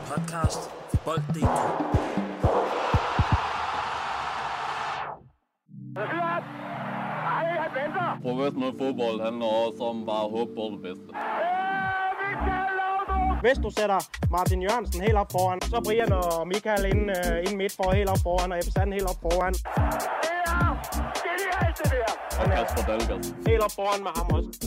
podcast for Bold.dk. Professionel fodbold handler også om bare at håbe på det bedste. Hvis du sætter Martin Jørgensen helt op foran, så Brian og Michael inden midt for helt op foran, og Ebbe Sand helt op foran. Det er det der. Og Kasper Dahlgaard. Helt op foran med ham også.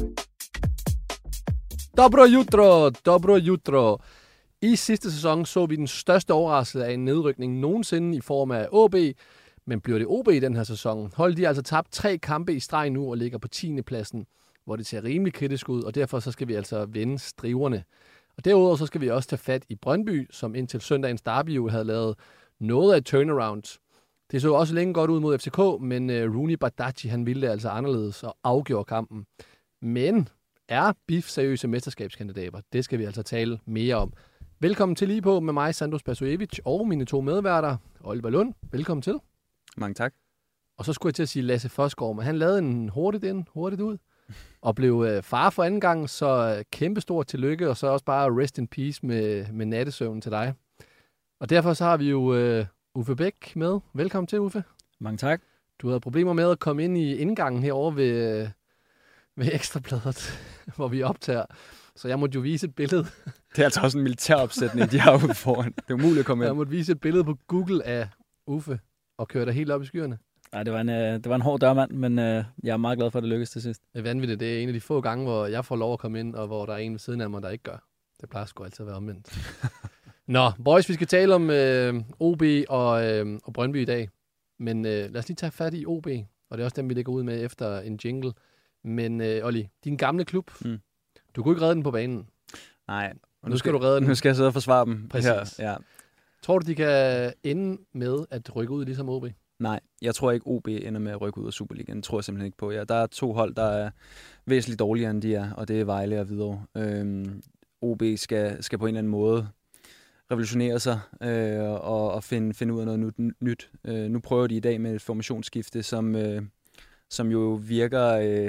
Dobro jutro. I sidste sæson så vi den største overraskelse af en nedrykning nogensinde i form af OB. Men bliver det OB i den her sæson? Holdet de har altså tabt 3 kampe i streg nu og ligger på 10. pladsen, hvor det ser rimelig kritisk ud, og derfor så skal vi altså vende striverne. Og derudover så skal vi også tage fat i Brøndby, som indtil søndagens derby jo havde lavet noget af et turnaround. Det så også længe godt ud mod FCK, men Rooney Badaji han ville det altså anderledes og afgjorde kampen. Men er BIF seriøse mesterskabskandidater? Det skal vi altså tale mere om. Velkommen til lige på med mig, Sandro Spasojevic, og mine 2 medværter, Oliver Lund. Velkommen til. Mange tak. Og så skulle jeg til at sige Lasse Fosgaard, men han lavede en hurtigt ud, og blev far for anden gang, så kæmpestort tillykke, og så også bare rest in peace med nattesøvnen til dig. Og derfor så har vi jo Uffe Bæk med. Velkommen til, Uffe. Mange tak. Du havde problemer med at komme ind i indgangen herovre ved Ekstrabladet, hvor vi optager. Så jeg måtte jo vise et billede. Det er altså også en militæropsætning, de har ude foran. Det er umuligt at komme ind. Jeg måtte vise et billede på Google af Uffe og køre dig helt op i skyerne. Nej, det var en hård dørmand, men jeg er meget glad for, at det lykkedes til sidst. Det er vanvittigt. Det er en af de få gange, hvor jeg får lov at komme ind, og hvor der er en ved siden af mig, der ikke gør. Det plejer sgu altid at være omvendt. Nå, boys, vi skal tale om OB og Brøndby i dag. Men lad os lige tage fat i OB, og det er også dem, vi lægger ud med efter en jingle. Men Olli, din gamle klub, du kunne ikke redde den på banen. Nej. Nu skal du redde den. Nu skal jeg sidde og forsvare dem. Præcis. Her. Ja. Tror du, de kan ende med at rykke ud ligesom OB? Nej, jeg tror ikke, OB ender med at rykke ud af Superligaen. Det tror jeg simpelthen ikke på. Ja, der er 2 hold, der er væsentligt dårligere end de er, og det er Vejle og Hvidovre. OB skal på en eller anden måde revolutionere sig og finde ud af noget nyt. Nu prøver de i dag med et formationsskifte, som jo virker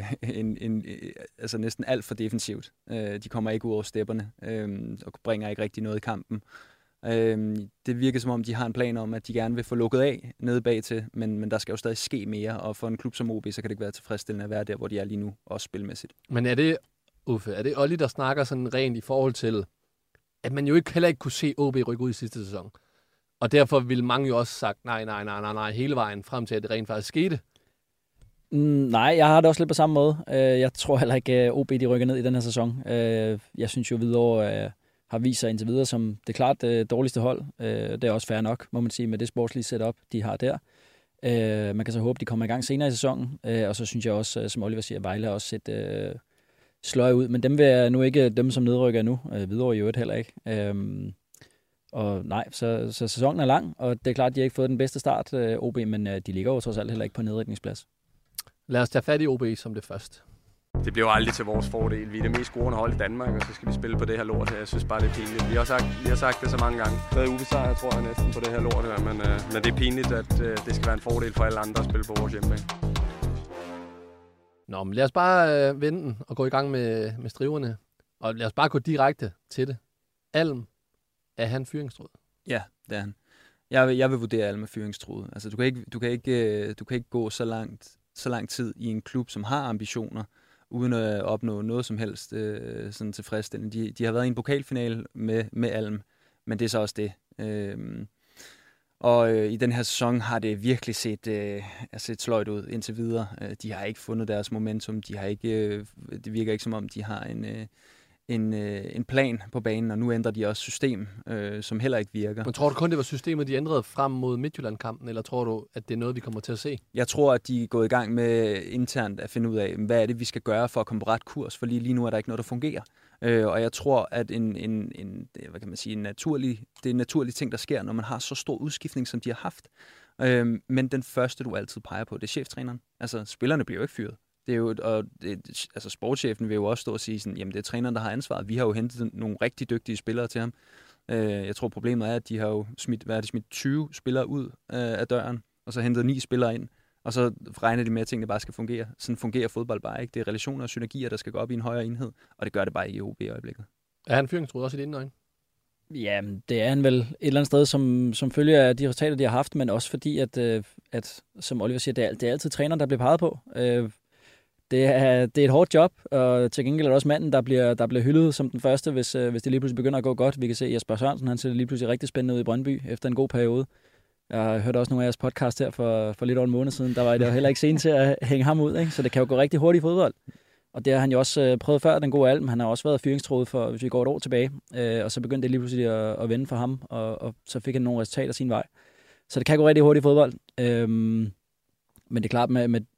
altså næsten alt for defensivt. De kommer ikke ud over stepperne og bringer ikke rigtig noget i kampen. Det virker som om, de har en plan om, at de gerne vil få lukket af nede bagtil, men der skal jo stadig ske mere, og for en klub som OB, så kan det ikke være tilfredsstillende at være der, hvor de er lige nu, også spilmæssigt. Men er det Olli, der snakker sådan rent i forhold til, at man jo heller ikke kunne se OB rykke ud i sidste sæson? Og derfor ville mange jo også sagt, nej, hele vejen frem til, at det rent faktisk skete. Nej, jeg har det også lidt på samme måde. Jeg tror heller ikke, OB de rykker ned i den her sæson. Jeg synes jo, Hvidovre har vist sig indtil videre som det klart dårligste hold. Det er også fair nok, må man sige, med det sportslige setup, de har der. Man kan så håbe, de kommer i gang senere i sæsonen. Og så synes jeg også, som Oliver siger, Vejle har også set sløje ud. Men dem vil jeg nu ikke dem som nedrykker nu. Hvidovre i øvrigt heller ikke. Og nej, så sæsonen er lang, og det er klart, at de har ikke fået den bedste start, OB, men de ligger jo trods alt heller ikke på nedrykningsplads. Lad os tage fat i OB som det første. Det bliver jo aldrig til vores fordel. Vi er det mest scorende hold i Danmark, og så skal vi spille på det her lort her. Jeg synes bare, det er pinligt. Vi har sagt det så mange gange. Det er ubesejret, tror jeg næsten, på det her lort her. Men det er pinligt, at det skal være en fordel for alle andre at spille på vores hjemmebane. Nå, men lad os bare vende den og gå i gang med striverne. Og lad os bare gå direkte til det. Alm, er han fyringstruet? Ja, det er han. Jeg vil vurdere Alm med fyringstruet. Altså, du kan ikke gå så lang tid i en klub, som har ambitioner, uden at opnå noget som helst sådan tilfredsstillende. De har været i en pokalfinale med Alm, men det er så også det. I den her sæson har det virkelig set sløjt ud indtil videre. De har ikke fundet deres momentum. Det virker ikke som om, de har en plan på banen, og nu ændrer de også system, som heller ikke virker. Men tror du kun, det var systemet, de ændrede frem mod Midtjylland-kampen, eller tror du, at det er noget, vi kommer til at se? Jeg tror, at de er gået i gang med internt at finde ud af, hvad er det, vi skal gøre for at komme på ret kurs, for lige nu er der ikke noget, der fungerer. Og jeg tror, at det er en naturlig ting, der sker, når man har så stor udskiftning, som de har haft. Men den første, du altid peger på, det er cheftræneren. Altså, spillerne bliver jo ikke fyret. Det er jo, sportschefen vil jo også stå og sige sådan, jamen det er træneren, der har ansvaret. Vi har jo hentet nogle rigtig dygtige spillere til ham. Jeg tror, problemet er, at de har jo smidt 20 spillere ud af døren, og så hentet 9 spillere ind, og så regner de med, at tingene bare skal fungere. Sådan fungerer fodbold bare ikke. Det er relationer og synergier, der skal gå op i en højere enhed, og det gør det bare ikke i OB i øjeblikket. Er han fyringstruet også i dine øjne? Ja, det er han vel et eller andet sted, som følger af de resultater, de har haft, men også fordi, at som Oliver siger, det er altid træneren, der bliver peget på. Det er et hårdt job, og til gengæld er det også manden, der bliver hyldet som den første, hvis det lige pludselig begynder at gå godt. Vi kan se Jesper Sørensen, han ser lige pludselig rigtig spændende ud i Brøndby efter en god periode. Jeg har hørt også nogle af jeres podcast her for lidt over en måned siden. Der var det jo heller ikke sent til at hænge ham ud, ikke? Så det kan jo gå rigtig hurtigt i fodbold. Og det har han jo også prøvet før, den gode Alm. Han har også været fyringstruet for, hvis vi går et år tilbage. Og så begyndte det lige pludselig at vende for ham, og så fik han nogle resultater sin vej. Så det kan gå rigtig hurtigt i fodbold. Men det er klart,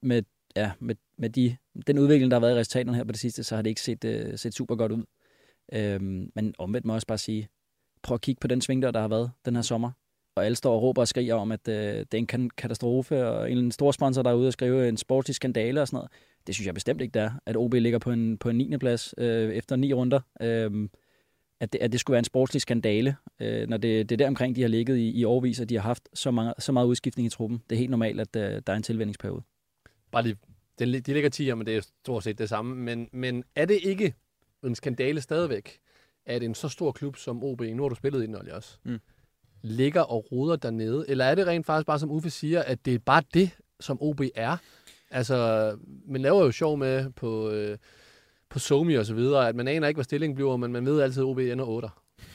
med den udvikling, der har været i resultaterne her på det sidste, så har det ikke set super godt ud. Men omvendt må jeg også bare sige, prøv at kigge på den sving, der har været den her sommer. Og alle står og råber og skriger om, at det er en katastrofe, og en stor sponsor, der er ude og skrive en sportslig skandale og sådan noget. Det synes jeg bestemt ikke, det er, at OB ligger på en 9. plads efter 9 runder. At det skulle være en sportslig skandale, når det er der omkring, de har ligget i årevis, og de har haft så meget udskiftning i truppen. Det er helt normalt, at der er en tilvændingsperiode. Bare lige, de ligger 10'er, men det er stort set det samme. Men er det ikke en skandale stadigvæk, at en så stor klub som OB, nu har du spillet i den, Olli, også, ligger og roder dernede? Eller er det rent faktisk bare, som Uffe siger, at det er bare det, som OB er? Altså, man laver jo sjov med på Somi og så videre, at man aner ikke, hvad stillingen bliver, men man ved altid, at OB ender 8.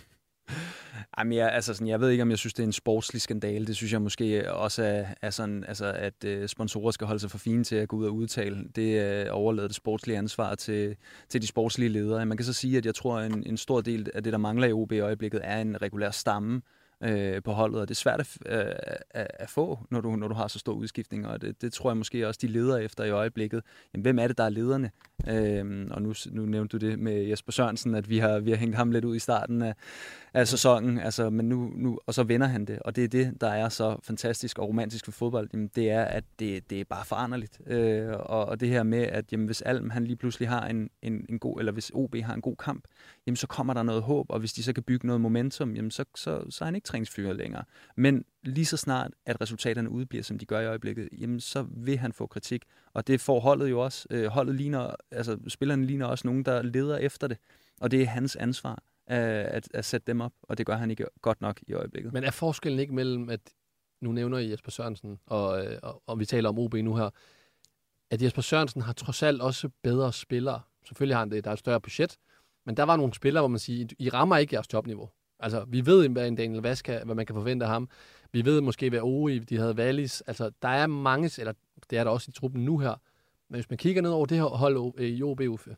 Jamen, jeg ved ikke, om jeg synes, det er en sportslig skandale. Det synes jeg måske også er sådan, altså, at sponsorer skal holde sig for fine til at gå ud og udtale. Det overlader det sportslige ansvar til de sportslige ledere. Man kan så sige, at jeg tror, at en stor del af det, der mangler i OB i øjeblikket, er en regulær stamme på holdet, og det er svært at få, når du har så stor udskiftning, og det tror jeg måske også, de leder efter i øjeblikket. Jamen, hvem er det, der er lederne? Og nu nævnte du det med Jesper Sørensen, at vi har hængt ham lidt ud i starten af sæsonen, altså, men nu og så vender han det, og det er det, der er så fantastisk og romantisk ved fodbold, jamen, det er, at det er bare foranderligt. Og det her med, at jamen, hvis Alm han lige pludselig har en god, eller hvis OB har en god kamp, jamen, så kommer der noget håb, og hvis de så kan bygge noget momentum, jamen, så er han ikke træningsfyret længere. Men lige så snart, at resultaterne udbliver, som de gør i øjeblikket, jamen, så vil han få kritik. Og det får holdet jo også. Holdet ligner, altså spillerne ligner også nogen, der leder efter det. Og det er hans ansvar at sætte dem op, og det gør han ikke godt nok i øjeblikket. Men er forskellen ikke mellem, at nu nævner I Jesper Sørensen, og vi taler om OB nu her, at Jesper Sørensen har trods alt også bedre spillere. Selvfølgelig har han det, der er et større budget, men der var nogle spillere, hvor man siger, I rammer ikke jeres topniveau. Altså, vi ved, hvad en Daniel Vaska, hvad man kan forvente af ham. Vi ved måske, hvad OI, de havde Wallis. Altså, der er mange, eller det er der også i truppen nu her. Men hvis man kigger ned over det her hold i OB, Uffe,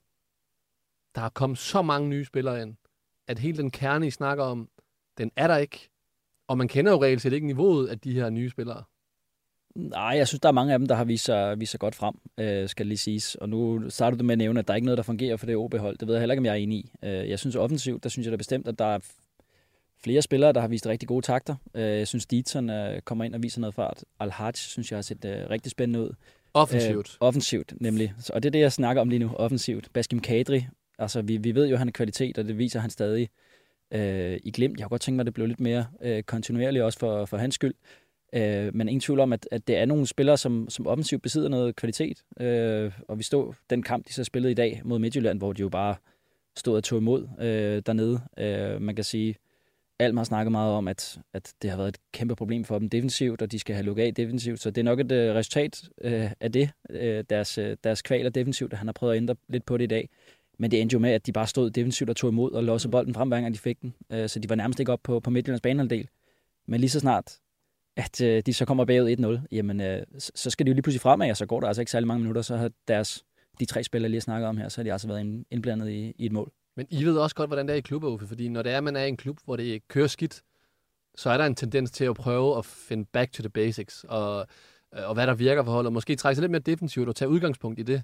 der er kommet så mange nye spillere ind, at hele den kerne, I snakker om, den er der ikke. Og man kender jo reelt set ikke niveauet af de her nye spillere. Nej, jeg synes, der er mange af dem, der har vist sig godt frem, skal lige siges. Og nu starter du med at nævne, at der er ikke noget, der fungerer for det OB-hold. Det ved jeg heller ikke, om jeg er enig i. Jeg synes offensivt, der synes jeg da bestemt, at der er flere spillere, der har vist rigtig gode takter. Jeg synes, Dietzen kommer ind og viser noget fart. Al-Hajj synes jeg har set rigtig spændende ud. Offensivt. Offensivt, nemlig. Og det er det, jeg snakker om lige nu. Offensivt. Baskim Kadri. Altså, vi ved jo, at han er kvalitet, og det viser han stadig i Glimt. Jeg har godt tænkt mig, at det blev lidt mere kontinuerligt også for hans skyld. Men ingen tvivl om, at det er nogle spillere, som offensivt besidder noget kvalitet. Og vi stod den kamp, de så spillede i dag mod Midtjylland, hvor de jo bare stod og tog imod dernede. Man kan sige, Alm har snakket meget om, at det har været et kæmpe problem for dem defensivt, og de skal have lukket af defensivt. Så det er nok et resultat af det, deres kvaler defensivt, at han har prøvet at ændre lidt på det i dag. Men det endte jo med, at de bare stod defensivt og tog imod og låste bolden frem, hver gang de fik den. Så de var nærmest ikke op på Midtjyllands banehalvdel. Men lige så snart, at de så kommer bagud 1-0, jamen, så skal de jo lige pludselig fremad, og så går der altså ikke særlig mange minutter, så har de 3 spillere lige snakket om her, så har de altså været indblandet i et mål. Men I ved også godt, hvordan det er i klubber, Uffe, fordi når det er, man er i en klub, hvor det kører skidt, så er der en tendens til at prøve at finde back to the basics, og hvad der virker for holdet, og måske trække sig lidt mere defensivt og tage udgangspunkt i det.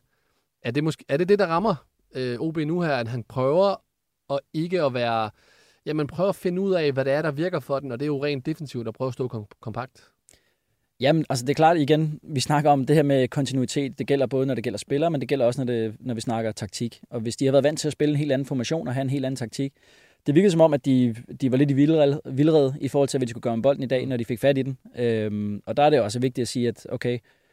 Er det, der rammer OB nu her, at han prøver at ikke at være... Ja, man prøver at finde ud af, hvad det er, der virker for den, og det er jo rent defensivt at prøve at stå kompakt. Jamen, altså det er klart igen, vi snakker om det her med kontinuitet. Det gælder både, når det gælder spillere, men det gælder også, når vi snakker taktik. Og hvis de har været vant til at spille en helt anden formation og have en helt anden taktik, det virkede som om, at de var lidt i vildrede i forhold til, hvad de skulle gøre med bolden i dag, når de fik fat i den. Og der er det også vigtigt at sige, at okay,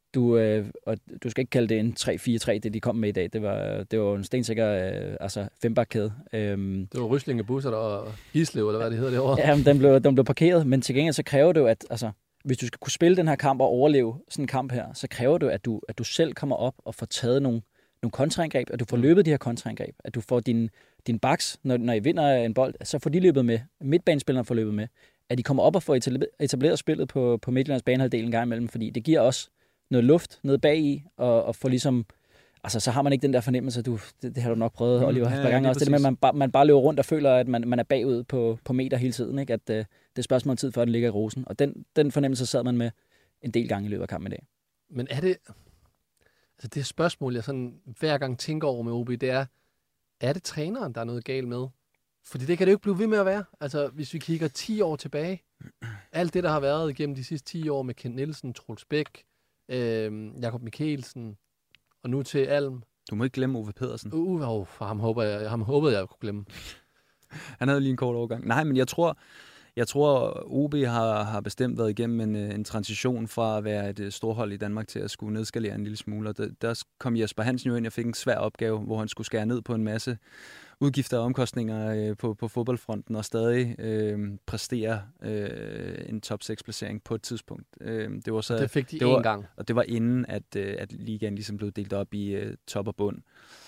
og du skal ikke kalde det en 3-4-3, det de kom med i dag. Det var en stensikker fembakkæde. Det var Ryslinge Busser og Gislev, eller hvad det hedder derovre. Ja, den blev parkeret, men til gengæld så kræver det jo, at hvis du skal kunne spille den her kamp og overleve sådan en kamp her, så kræver det, at du selv kommer op og får taget nogle kontraangreb, at du får løbet de her kontraangreb, at du får din backs, når I vinder en bold, så får de løbet med, midtbanespillerne får løbet med, at de kommer op og får etableret spillet på Midtjyllands banehalvdel en gang imellem, fordi det giver også noget luft nede bag i, og får ligesom, så har man ikke den der fornemmelse, det har du nok prøvet, Oliver, et par gange også, det med, at man bare løber rundt og føler, at man er bagud på meter hele tiden, ikke? At det er spørgsmål om tid, før den ligger i rosen, og den fornemmelse sad man med en del gange i løbet af kampen i dag. Men er det, det spørgsmål, jeg sådan hver gang tænker over med OB, det er det træneren, der er noget galt med? Fordi det kan det jo ikke blive ved med at være. Altså, hvis vi kigger 10 år tilbage, alt det, der har været igennem de sidste 10 år med Kent Nielsen, Troels Bæk, Jakob Mikkelsen, og nu til Alm. Du må ikke glemme Ove Pedersen. Ham håbede jeg kunne glemme. Han havde lige en kort overgang. Nej, men jeg tror OB har bestemt været igennem en transition fra at være et storhold i Danmark til at skulle nedskalere en lille smule. Og der kom Jesper Hansen jo ind, jeg fik en svær opgave, hvor han skulle skære ned på en masse udgifter og omkostninger på fodboldfronten og stadig præstere en top 6-placering på et tidspunkt. Det fik de én gang. Og det var inden, at ligaen ligesom blev delt op i top og bund.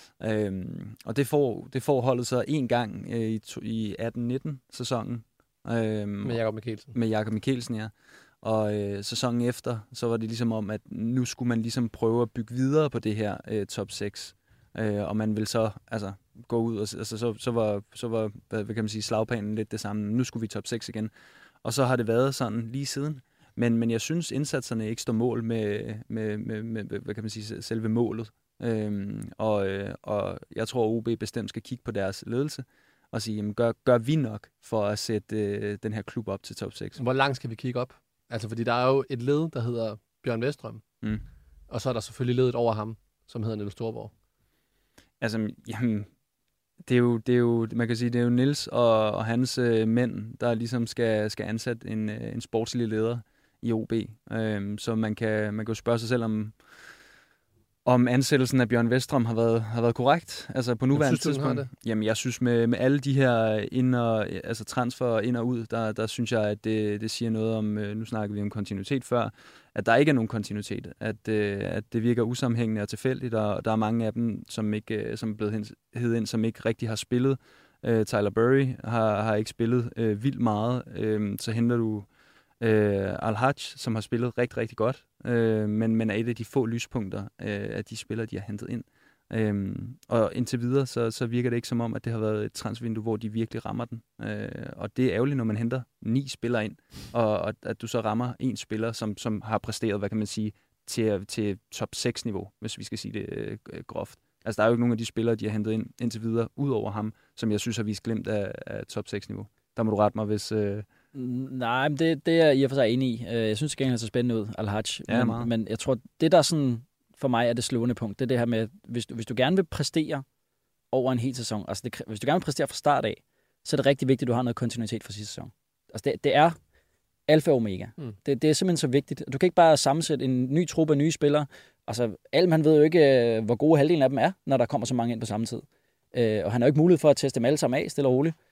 Og det får holdet så en gang i 18-19 sæsonen. Med Jakob Mikkelsen. Med Jakob Mikkelsen, ja. Og sæsonen efter, så var det ligesom om, at nu skulle man ligesom prøve at bygge videre på det her top 6. Og man vil så gå ud, og så var hvad kan man sige, slagplanen lidt det samme. Nu skulle vi top 6 igen. Og så har det været sådan lige siden. Men jeg synes, indsatserne ikke står mål med hvad kan man sige, selve målet. Og jeg tror, OB bestemt skal kigge på deres ledelse og sige, jamen, gør vi nok for at sætte den her klub op til top 6? Hvor langt skal vi kigge op? Altså, fordi der er jo et led, der hedder Bjørn Westrøm. Og så er der selvfølgelig ledet over ham, som hedder Niels Storborg. Altså, jamen, det er jo, man kan sige, det er jo Niels og hans mænd, der ligesom skal ansætte en sportslig leder i OB. Så man kan jo spørge sig selv, om ansættelsen af Bjørn Westrøm har været korrekt, altså på nuværende tidspunkt. Jamen, jeg synes med alle de her transfer ind og ud, der synes jeg, at det siger noget om, nu snakker vi om kontinuitet før, at der ikke er nogen kontinuitet, at det virker usammenhængende og tilfældigt, og der er mange af dem, som er blevet hed ind, som ikke rigtig har spillet. Tyler Burry har ikke spillet vildt meget, så henter du Al-Hajj, som har spillet rigtig, rigtig godt, men er et af de få lyspunkter af de spillere, de har hentet ind. Og indtil videre, så virker det ikke som om, at det har været et transfervindue, hvor de virkelig rammer den. Og det er ærgerligt, når man henter 9 spillere ind, og at du så rammer en spiller, som har præsteret, hvad kan man sige, til top 6-niveau, hvis vi skal sige det groft. Altså, der er jo ikke nogen af de spillere, de har hentet ind indtil videre, ud over ham, som jeg synes har vist glemt af top 6-niveau. Der må du rette mig, hvis... Nej, men det er jeg i og for sig enig i. Jeg synes, det er så spændende ud, Al-Hajj. Ja, men jeg tror, det der sådan, for mig er det slående punkt, det er det her med, hvis du gerne vil præstere over en hel sæson, altså hvis du gerne vil præstere fra start af, så er det rigtig vigtigt, at du har noget kontinuitet fra sidste sæson. Altså det er alfa og omega. Det er simpelthen så vigtigt. Du kan ikke bare sammensætte en ny truppe af nye spillere. Altså, Alm, han ved jo ikke, hvor gode halvdelen af dem er, når der kommer så mange ind på samme tid. Og han har jo ikke mulighed for at teste dem alle sammen af, stille og roligt.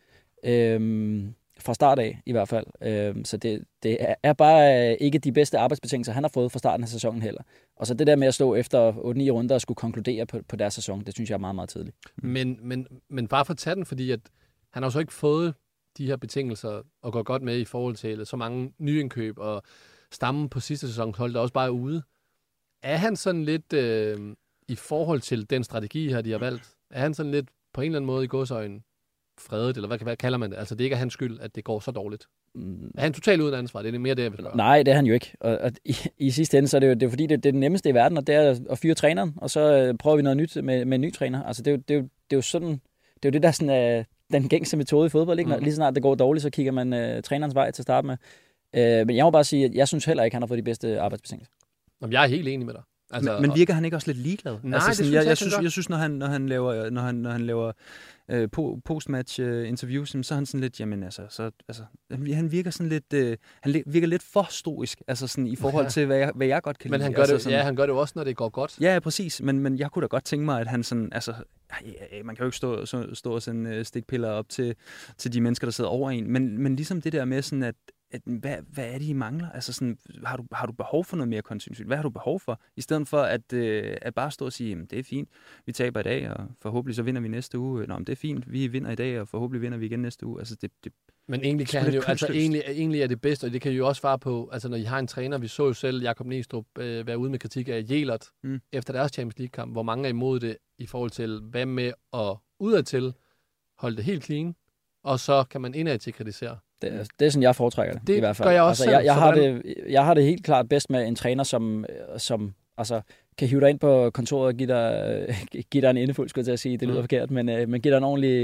Fra start af, i hvert fald. Så det er bare ikke de bedste arbejdsbetingelser, han har fået fra starten af sæsonen heller. Og så det der med at stå efter 8-9 runder og skulle konkludere på deres sæson, det synes jeg er meget, meget tidligt. Men bare for at tage den, fordi at han har så ikke fået de her betingelser og går godt med i forhold til så mange nyindkøb, og stammen på sidste sæson holdt der også bare ude. Er han sådan lidt, i forhold til den strategi her, de har valgt, er han sådan lidt på en eller anden måde i gåseøjne fredet, eller hvad kalder man det? Altså, det ikke er hans skyld, at det går så dårligt. Er han totalt uden ansvar? Det er mere det, jeg vil spørge. Nej, det er han jo ikke. Og i sidste ende, så er det jo fordi, det er det nemmeste i verden, og det er at fyre træneren, og så prøver vi noget nyt med en ny træner. Altså, det er jo sådan, det er jo det, der sådan, den gængse metode i fodbold, ikke? Lige snart det går dårligt, så kigger man trænerens vej til at starte med. Men jeg må bare sige, at jeg synes heller ikke, han har fået de bedste arbejdsbetingelser. Jamen, jeg er helt enig med dig. Altså, men virker han ikke også lidt ligeglad? Nej, altså, det sådan, synes jeg synes, når han laver postmatch interviews, så er han sådan lidt, jamen altså, han virker sådan lidt, han virker lidt for stoisk, altså sådan i forhold til, hvad jeg godt kan men lide. han gør altså, det, sådan, han gør det jo også, når det går godt. Ja, præcis, men jeg kunne da godt tænke mig, at han sådan, altså, man kan jo ikke stå og sende stikpiller op til de mennesker, der sidder over en, men ligesom det der med sådan, at hvad er det, I mangler? Altså sådan, har du behov for noget mere kontinuitet? Hvad har du behov for? I stedet for at bare stå og sige, det er fint, vi taber i dag, og forhåbentlig så vinder vi næste uge. Nå, men det er fint, vi vinder i dag, og forhåbentlig vinder vi igen næste uge. Altså men egentlig kan han jo, altså egentlig er det bedst, og det kan jo også svare på, altså når I har en træner, vi så jo selv Jakob Næstrup være ude med kritik af Jelert efter deres Champions League-kamp, hvor mange er imod det i forhold til, hvad med at udadtil holde det helt clean, og så kan man indad til kritisere. Det er sådan, jeg foretrækker det, i hvert fald. Gør jeg også altså, jeg har det helt klart bedst med en træner, som altså, kan hive dig ind på kontoret og give dig en indefuld, skulle jeg til at sige. Det lyder forkert, men give dig en ordentlig...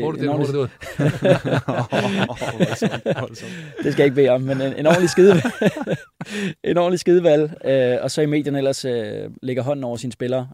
Det skal jeg ikke bede om, men en ordentlig skidevalg, og så i medierne ellers lægger hånden over sine spillere.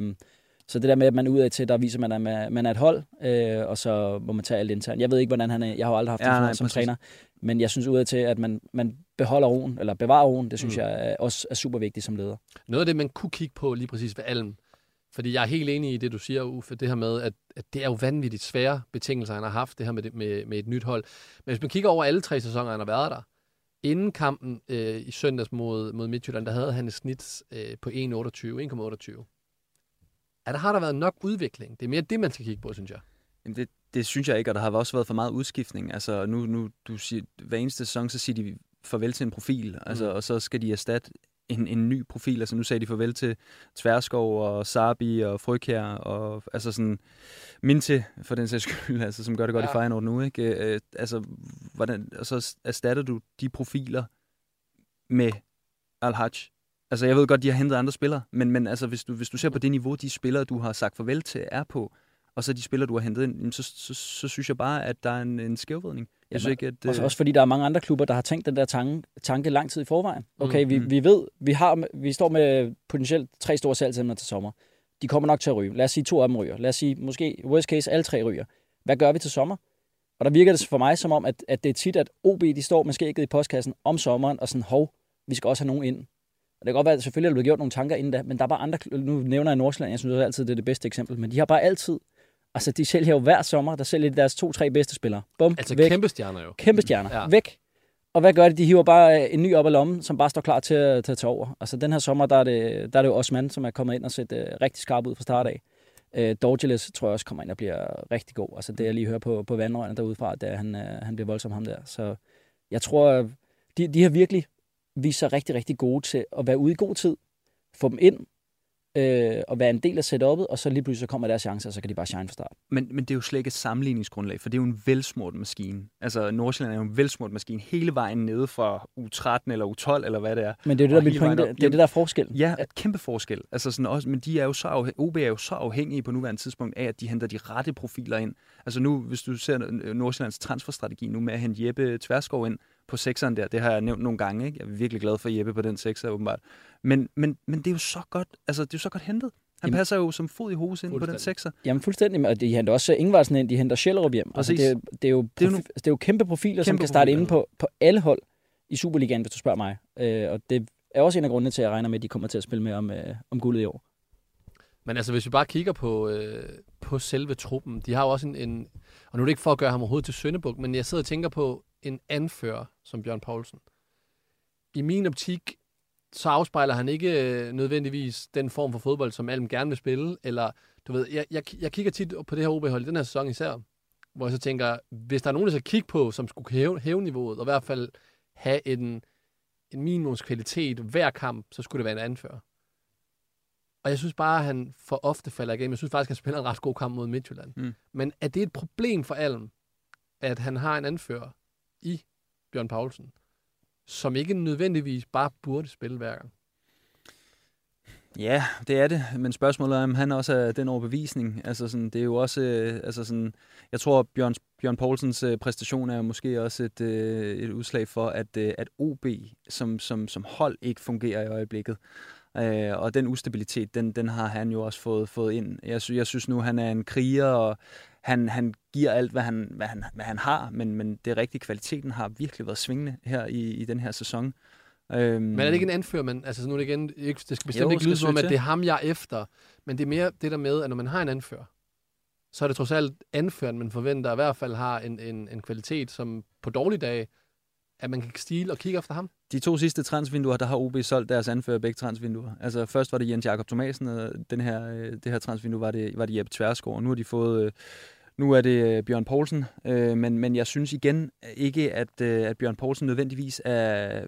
Så det der med, at man udad til, der viser man, at man er et hold, og så må man tage alt internt. Jeg ved ikke, hvordan han er. Jeg har jo aldrig haft det som træner. Men jeg synes udad til, at man beholder roen, eller bevarer roen, det synes jeg også er super vigtigt som leder. Noget af det, man kunne kigge på lige præcis ved Alm, fordi jeg er helt enig i det, du siger, Uffe, det her med, at det er jo vanvittigt svære betingelser, han har haft, det her med et nyt hold. Men hvis man kigger over alle 3 sæsoner, han har været der, inden kampen i søndags mod Midtjylland, der havde han et snit på 1,28. Der har der været nok udvikling. Det er mere det, man skal kigge på, synes jeg. Jamen det synes jeg ikke, og der har også været for meget udskiftning. Altså nu du siger, hver eneste sæson, så siger de farvel til en profil, altså, og så skal de erstatte en ny profil. Altså nu sagde de farvel til Tverskov og Sarbi og Frøkjær og altså sådan Minte for den sags skyld, altså, som gør det godt i Feyenoord nu, ikke? Altså hvordan, og så erstatter du de profiler med Al-Hajj. Altså jeg ved godt, de har hentet andre spillere, men altså hvis du ser på det niveau, de spillere, du har sagt farvel til, er på, og så de spillere, du har hentet ind, så synes jeg bare, at der er en skævvridning. Jeg synes ikke, at... Også fordi der er mange andre klubber, der har tænkt den der tanke lang tid i forvejen. Okay, vi ved, vi står med potentielt 3 store salgsemner til sommer. De kommer nok til at ryge. Lad os sige 2 af dem ryger. Lad os sige, måske worst case, alle 3 ryger. Hvad gør vi til sommer? Og der virker det for mig som om, at det er tit, at OB, de står med skægget i postkassen om sommeren, og sådan, vi skal også have nogen ind. Og det kan godt være, at selvfølgelig er der blevet gjort nogle tanker inden da, men der er bare andre, nu nævner jeg Nordsjælland, jeg synes også altid, det er det bedste eksempel, men de har bare altid, altså de sælger jo hver sommer, der sælger de deres 2-3 bedste spillere. Bum, altså væk. Kæmpe stjerner jo. Kæmpe stjerner, væk. Og hvad gør de? De hiver bare en ny op af lommen, som bare står klar til at tage over. Altså den her sommer, der er det jo Osman, som er kommet ind og set rigtig skarp ud fra start af. Dorgeles tror jeg også kommer ind og bliver rigtig god. Altså det jeg lige hører på vandrørene derudefra, det er, han bliver voldsom ham der. Så jeg tror, de har virkelig vist sig rigtig, rigtig gode til at være ude i god tid, få dem ind, og være en del af setup'et, og så lige pludselig så kommer deres chancer, og så kan de bare shine fra start. Men det er jo slet ikke et sammenligningsgrundlag, for det er jo en velsmurt maskine. Altså Nordsjælland er jo en velsmurt maskine hele vejen nede fra U13 eller U12, eller hvad det er. Men det er det, der vil pointe. Det er det, der er forskel. Ja, et kæmpe forskel. Altså sådan også, men de er jo så OB er jo så afhængige på nuværende tidspunkt af, at de henter de rette profiler ind. Altså nu, hvis du ser Nordsjællands transferstrategi nu med at hente Jeppe Tverskov ind på 6'eren der, det har jeg nævnt nogle gange, ikke? Jeg er virkelig glad for Jeppe på den 6'er, åbenbart. Men det er jo så godt, altså det er jo så godt hentet. Han passer jo som fod i hose ind på den 6'er. Jamen fuldstændig, og de henter også Ingvartsen ind, de henter Schellerup hjem. Altså, det er jo kæmpe profiler, som kan starte inde på alle hold i Superligaen, hvis du spørger mig. Og det er også en af grundene til, at jeg regner med, at de kommer til at spille med om guldet i år. Men altså, hvis vi bare kigger på selve truppen, de har jo også en og nu er det ikke for at gøre ham overhovedet til syndebuk, men jeg sidder og tænker på en anfører som Bjørn Poulsen. I min optik, så afspejler han ikke nødvendigvis den form for fodbold, som Alm gerne vil spille, eller du ved, jeg kigger tit på det her OB-hold i den her sæson især, hvor jeg så tænker, hvis der er nogen, der skal kigge på, som skulle hæve niveauet, og i hvert fald have en minimumskvalitet hver kamp, så skulle det være en anfører. Og jeg synes bare, at han for ofte falder igennem. Jeg synes faktisk, at han spiller en ret god kamp mod Midtjylland. Men er det et problem for Alm, at han har en anfører i Bjørn Poulsen, som ikke nødvendigvis bare burde spille hver gang? Ja, det er det. Men spørgsmålet er, om han også er den overbevisning. Altså sådan, det er jo også, altså sådan, jeg tror, Bjørn Poulsens præstation er måske også et udslag for, at OB som hold ikke fungerer i øjeblikket. Og den ustabilitet, den har han jo også fået ind. Jeg synes nu, han er en kriger, og han giver alt, hvad han har, men det rigtige kvaliteten har virkelig været svingende her i den her sæson. Men er det ikke en anfører, men altså nu er det igen, det skal bestemt ikke lyde som om, at det er ham, jeg er efter, men det er mere det der med, at når man har en anfører, så er det trods alt anføreren, man forventer i hvert fald har en kvalitet, som på dårlige dage, at man kan stile og kigge efter ham. De 2 sidste transvinduer, der har OB solgt deres anfører begge transvinduer. Altså først var det Jens Jakob Thomasen, og det her transvindue var det Jeppe Tversgaard, og nu har de fået... Nu er det Bjørn Poulsen, men jeg synes igen ikke, at Bjørn Poulsen nødvendigvis er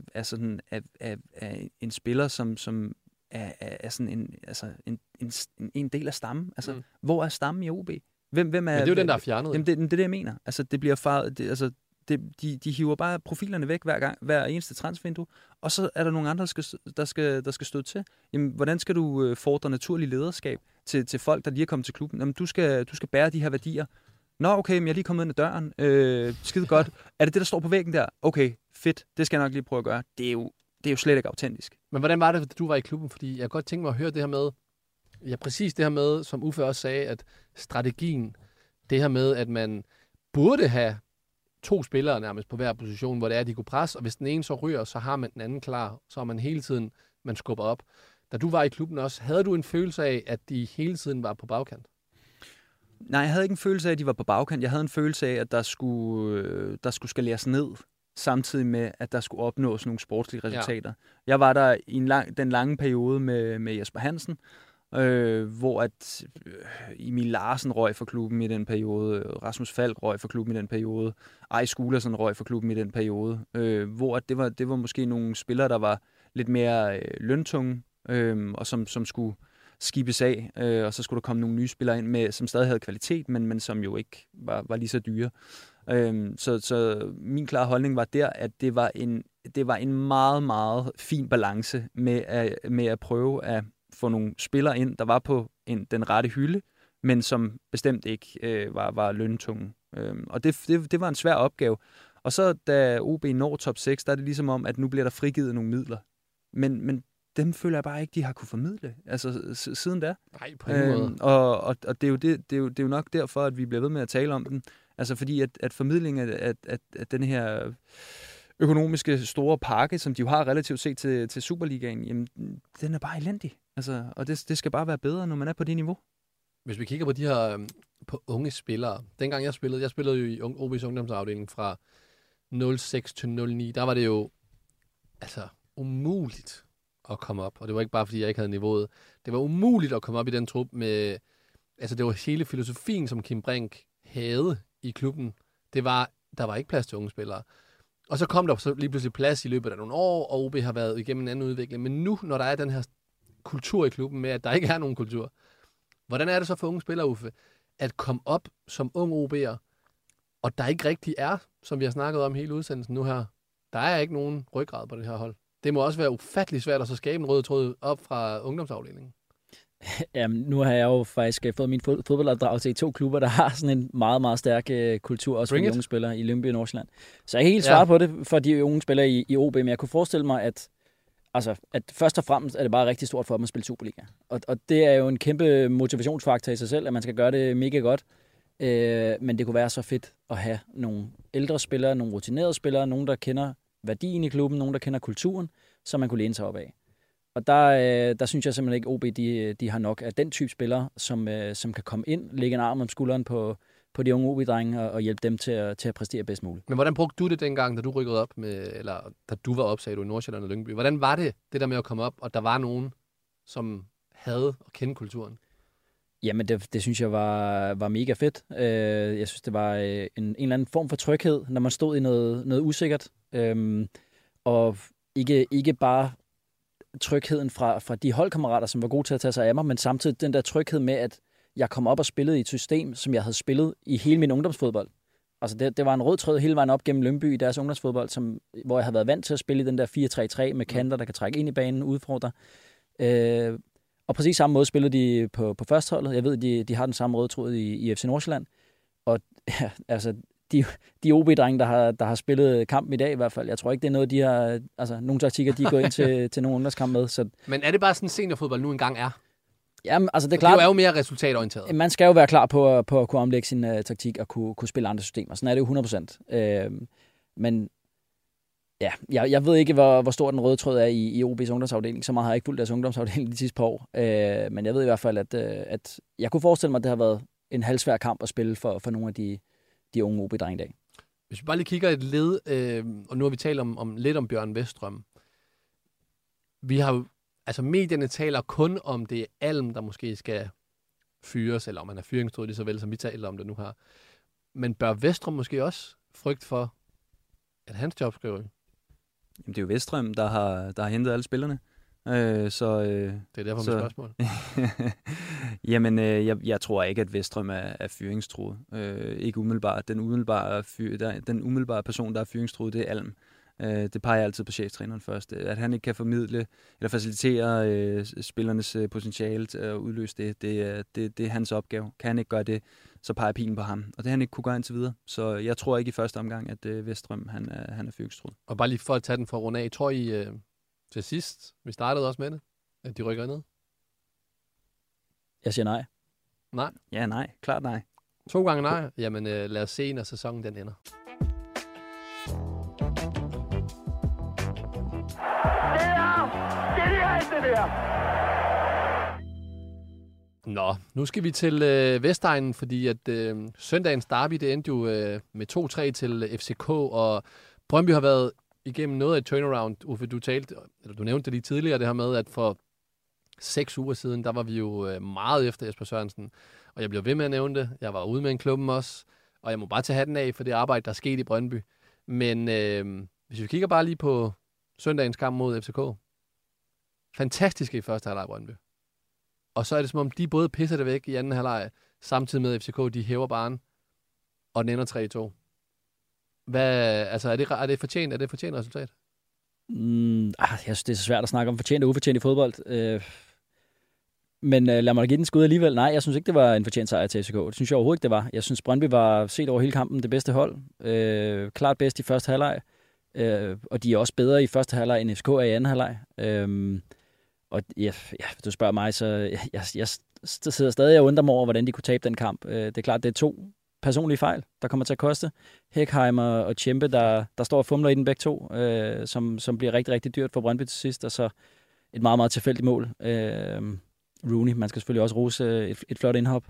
en spiller, som er sådan en del af stammen. Altså, hvor er stammen i OB? Hvem er, men det er jo den, der er fjernet. Jamen, det er det, jeg mener. Altså, det bliver de hiver bare profilerne væk hver eneste transvindue, og så er der nogle andre, der skal støtte til. Jamen, hvordan skal du fordre naturlig lederskab til folk, der lige er kommet til klubben? Jamen, du skal bære de her værdier. Nå, okay, men jeg er lige kommet ind ad døren. Skide godt. Er det, der står på væggen der? Okay, fedt. Det skal jeg nok lige prøve at gøre. Det er jo slet ikke autentisk. Men hvordan var det, at du var i klubben? Fordi jeg kan godt tænke mig at høre det her med, præcis det her med, som Uffe også sagde, at strategien, det her med, at man burde have 2 spillere nærmest på hver position, hvor det er, at de kunne presse, og hvis den ene så ryger, så har man den anden klar, så er man hele tiden, man skubber op. Da du var i klubben også, havde du en følelse af, at de hele tiden var på bagkant? Nej, jeg havde ikke en følelse af, at de var på bagkant. Jeg havde en følelse af, at der skulle skaleres ned, samtidig med, at der skulle opnås nogle sportslige resultater. Ja. Jeg var der i den lange periode med Jesper Hansen, hvor at Emil Larsen røg for klubben i den periode, Rasmus Falk røg for klubben i den periode, Ej Skulersen røg for klubben i den periode, hvor at det var måske nogle spillere, der var lidt mere løntunge, og som skulle skibes af, og så skulle der komme nogle nye spillere ind, med, som stadig havde kvalitet, men som jo ikke var lige så dyre. Så min klare holdning var der, at det var en meget, meget fin balance med at prøve at få nogle spillere ind, der var på den rette hylde, men som bestemt ikke var løntunge. Og det var en svær opgave. Og så da OB når top 6, der er det ligesom om, at nu bliver der frigivet nogle midler. Men dem føler jeg bare ikke, de har kunne formidle, altså siden da. Nej, på en måde. Og det er jo nok derfor, at vi bliver ved med at tale om den. Altså fordi, at formidlingen af den her økonomiske store pakke, som de jo har relativt set til Superligaen, jamen, den er bare elendig. Altså, og det skal bare være bedre, når man er på det niveau. Hvis vi kigger på de her på unge spillere. Dengang jeg spillede jo i OB's ungdomsafdeling fra 06 til 09, der var det jo altså umuligt at komme op. Og det var ikke bare, fordi jeg ikke havde niveauet. Det var umuligt at komme op i den trup med... Altså, det var hele filosofien, som Kim Brink havde i klubben. Der var ikke plads til unge spillere. Og så kom der så lige pludselig plads i løbet af nogle år, og OB har været igennem en anden udvikling. Men nu, når der er den her kultur i klubben med, at der ikke er nogen kultur, hvordan er det så for unge spillere, Uffe, at komme op som ung OB'er, og der ikke rigtig er, som vi har snakket om hele udsendelsen nu her, der er ikke nogen ryggrad på det her hold. Det må også være ufattelig svært at så skabe en rød tråd op fra ungdomsafdelingen. Jamen, nu har jeg jo faktisk fået min fodboldopdragelse i 2 klubber, der har sådan en meget, meget stærk kultur, også for de unge spillere i Lyngby og Nordsjælland. Så jeg er helt svar på det for de unge spillere i OB, men jeg kunne forestille mig, at først og fremmest er det bare rigtig stort for dem at spille Superliga. Og det er jo en kæmpe motivationsfaktor i sig selv, at man skal gøre det mega godt. Men det kunne være så fedt at have nogle ældre spillere, nogle rutinerede spillere, nogen, der kender værdien i klubben, nogen, der kender kulturen, som man kunne læne sig op af. Og der synes jeg simpelthen ikke, OB de har nok af den type spillere, som kan komme ind, lægge en arm om skulderen på de unge OB-drenge og hjælpe dem til at præstere bedst muligt. Men hvordan brugte du det dengang, da du rykkede op eller da du var op, sagde du, i Nordsjælland og Lyngby? Hvordan var det der med at komme op, og der var nogen, som havde og kendte kulturen? Jamen, det synes jeg var mega fedt. Jeg synes, det var en eller anden form for tryghed, når man stod i noget usikkert. Og ikke bare trygheden fra de holdkammerater, som var gode til at tage sig af mig, men samtidig den der tryghed med, at jeg kom op og spillede i et system, som jeg havde spillet i hele min ungdomsfodbold. Altså det var en rød tråd hele vejen op gennem Lyngby i deres ungdomsfodbold, hvor jeg havde været vant til at spille i den der 4-3-3 med kanter, der kan trække ind i banen, udfordre. Og præcis samme måde spillede de på førsteholdet. Jeg ved, de har den samme røde tråd i FC Nordsjælland. Og ja, altså, de OB-drenge, der har spillet kampen i dag i hvert fald. Jeg tror ikke, det er noget, de har... Altså, nogle taktikker, de er gået ind til nogle ungdomskamp med. Så... Men er det bare sådan, seniorfodbold nu engang er? Jamen, altså det er klart... Det er jo mere resultatorienteret. Man skal jo være klar på at kunne omlægge sin taktik og kunne spille andre systemer. Sådan er det jo 100%. Men ja, jeg ved ikke, hvor stor den røde tråd er i OB's ungdomsafdeling. Så meget har jeg ikke fulgt deres ungdomsafdeling de sidste par år. Men jeg ved i hvert fald, at jeg kunne forestille mig, at det har været en halvsvær kamp at spille for nogle af de unge OB-drenge i dag. Hvis vi bare lige kigger et led, og nu har vi talt lidt om Bjørn Weststrøm. Vi har jo, altså medierne taler kun om det Alm, der måske skal fyres, eller om han er fyringstruet lige så vel, som vi taler om det nu her. Men bør Weststrøm måske også frygte for, at hans job skal ryge? Jamen, det er jo Weststrøm, der har hentet alle spillerne. Det er derfor mit spørgsmål. Jamen, jeg tror ikke, at Weststrøm er fyringstruet. Ikke umiddelbart. Den umiddelbare person, der er fyringstruet, det er Alm. Det peger jeg altid på cheftræneren først. At han ikke kan formidle eller facilitere spillernes potentiale til at udløse det er hans opgave. Kan han ikke gøre det, så peger pilen på ham. Og det har han ikke kunne gøre indtil videre. Så jeg tror ikke i første omgang, at Weststrøm han er fyringstruet. Og bare lige for at tage den for at runde af. Tror I til sidst, vi startede også med det, at de rykker ned? Jeg siger nej. Nej? Ja, nej. Klart nej. 2 gange nej? Jamen lad os se, når sæsonen den ender. Det der. Nå, nu skal vi til Vestegnen, fordi at søndagens derby, det endte jo med 2-3 til FCK, og Brøndby har været igennem noget af et turnaround. Uffe, du nævnte det lige tidligere, det her med, at for 6 uger siden, der var vi jo meget efter Jesper Sørensen, og jeg blev ved med at nævne det. Jeg var ude med en klubben også, og jeg må bare tage hatten af for det arbejde, der er sket i Brøndby. Men hvis vi kigger bare lige på søndagens kamp mod FCK, fantastiske i første halvleg Brøndby. Og så er det som om, de både pisser det væk i anden halvleg, samtidig med FCK, de hæver barren, og den ender 3-2. Er det fortjent? Er det et fortjent resultat? Jeg synes, det er så svært at snakke om fortjent og ufortjent i fodbold. Men lad mig give den skud alligevel. Nej, jeg synes ikke, det var en fortjent sejr til FCK. Det synes jeg overhovedet ikke, det var. Jeg synes, Brøndby var set over hele kampen det bedste hold. Klart bedst i første halvleg. Og de er også bedre i første halvleg, end FCK er i anden halvleg. Og hvis du spørger mig, så jeg sidder stadig og undrer mig over, hvordan de kunne tabe den kamp. Det er klart, det er 2 personlige fejl, der kommer til at koste. Heckheimer og Tjempe, der står og fumler i den begge 2, som bliver rigtig, rigtig dyrt for Brøndby til sidst. Og så et meget, meget tilfældigt mål. Rooney, man skal selvfølgelig også rose et flot indhop.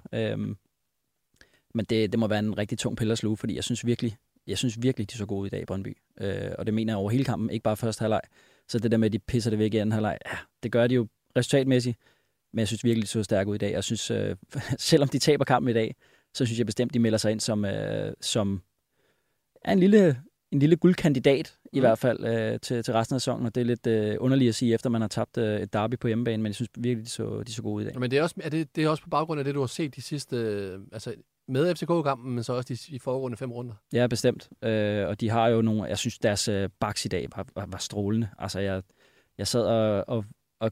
Men det må være en rigtig tung pille at sluge, fordi jeg synes virkelig, de så gode i dag i Brøndby. Og det mener jeg over hele kampen, ikke bare første halvleg. Så det der med, at de pisser det væk i anden halvleg, ja, det gør de jo resultatmæssigt. Men jeg synes virkelig, de så stærke ud i dag. Jeg synes, selvom de taber kampen i dag, så synes jeg bestemt, de melder sig ind som en lille guldkandidat, i hvert fald til resten af sæsonen. Og det er lidt underligt at sige, efter man har tabt et derby på hjemmebane, men jeg synes virkelig, de så gode ud i dag. Men det er også på baggrund af det, du har set de sidste... med FCK-kampen, men så også de foregående 5 runder. Ja, bestemt. Og de har jo nogle... Jeg synes, deres backs i dag var strålende. Altså, jeg sad og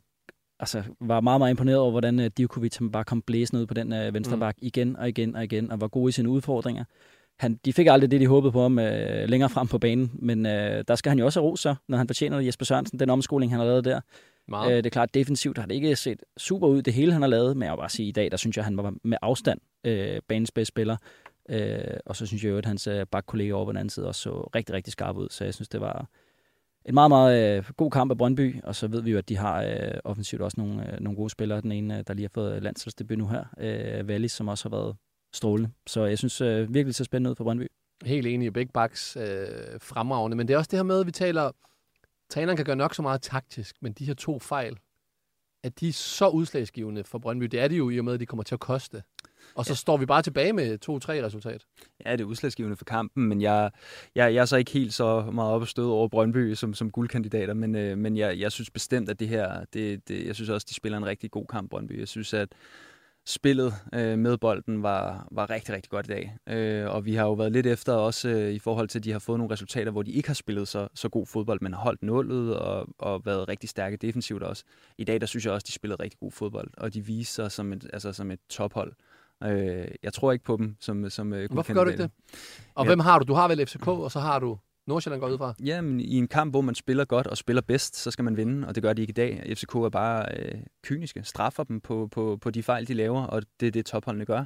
var meget, meget imponeret over, hvordan Divkovic bare kom blæsende ud på den venstre bak igen og igen og igen, og var god i sine udfordringer. De fik aldrig det, de håbede på ham længere frem på banen, men der skal han jo også have ros så, når han fortjener Jesper Sørensen, den omskoling, han har lavet der. Det er klart, defensivt har det ikke set super ud, det hele han har lavet, men jeg vil bare sige, i dag, der synes jeg, han var med afstand banens bedste spiller. Og så synes jeg jo, at hans bakkollega over på den anden side også så rigtig, rigtig skarp ud, så jeg synes, det var en meget, meget god kamp af Brøndby, og så ved vi jo, at de har offensivt også nogle gode spillere. Den ene, der lige har fået landsholdsdebut nu her, Wallis, som også har været strålende. Så jeg synes virkelig så spændende ud for Brøndby. Helt enig i begge backs fremragende, men det er også det her med, at vi taler, træneren kan gøre nok så meget taktisk, men de her 2 fejl, at de er så udslagsgivende for Brøndby. Det er de jo i og med, at de kommer til at koste. Og så står vi bare tilbage med 2-3 resultat. Ja, det er udslagsgivende for kampen, men jeg er så ikke helt så meget op og stød over Brøndby som guldkandidater, men jeg synes bestemt, at det her, jeg synes også, de spiller en rigtig god kamp, Brøndby. Jeg synes, at spillet med bolden var rigtig, rigtig godt i dag. Og vi har jo været lidt efter også i forhold til, at de har fået nogle resultater, hvor de ikke har spillet så god fodbold, men har holdt nullet og været rigtig stærke defensivt også. I dag, der synes jeg også, de spillede rigtig god fodbold, og de viser sig som et tophold. Jeg tror ikke på dem som Hvorfor gør du ikke det? Og hvem har du? Du har vel FCK, og så har du Nordsjælland går ud fra? Ja, men i en kamp, hvor man spiller godt og spiller bedst, så skal man vinde, og det gør de ikke i dag. FCK er bare kyniske, straffer dem på de fejl, de laver, og det er det, topholdene gør.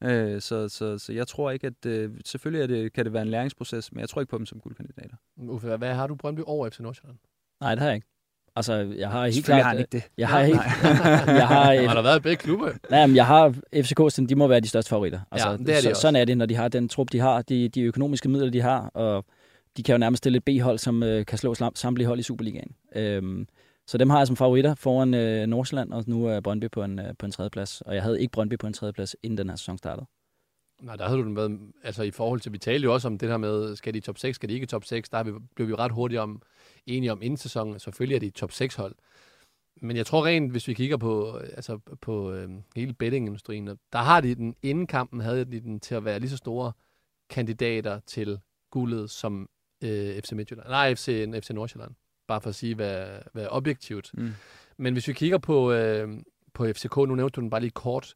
Så jeg tror ikke, at selvfølgelig kan det være en læringsproces, men jeg tror ikke på dem som guldkandidater. Uffe, hvad har du Brøndby over FC Nordsjælland? Nej, det har jeg ikke. Altså, jeg har helt selvfølgelig klart... har han ikke det. Har der været begge klubber? Nej, men jeg har FCK, de må være de største favoritter. Altså, ja, det er de sådan er det, når de har den trup, de har, de økonomiske midler, de har, og de kan jo nærmest stille et B-hold, som kan slå samtlige hold i Superligaen. Så dem har jeg som favoritter foran Nordsjælland, og nu er Brøndby på en tredjeplads. Og jeg havde ikke Brøndby på en tredjeplads, inden den her sæson startede. Nej, der havde du den været, altså i forhold til, vi talte jo også om det her med, skal de i top 6, skal de ikke i top 6, der blev vi ret hurtigt enige om inden sæsonen, selvfølgelig er de top 6 hold. Men jeg tror rent, hvis vi kigger på hele bettingindustrien, der har de den, inden kampen havde de den til at være lige så store kandidater til guldet som FC Midtjylland. Nej, FC Nordsjælland. Bare for at sige, hvad objektivt. Men hvis vi kigger på FCK, nu nævnte du den bare lige kort,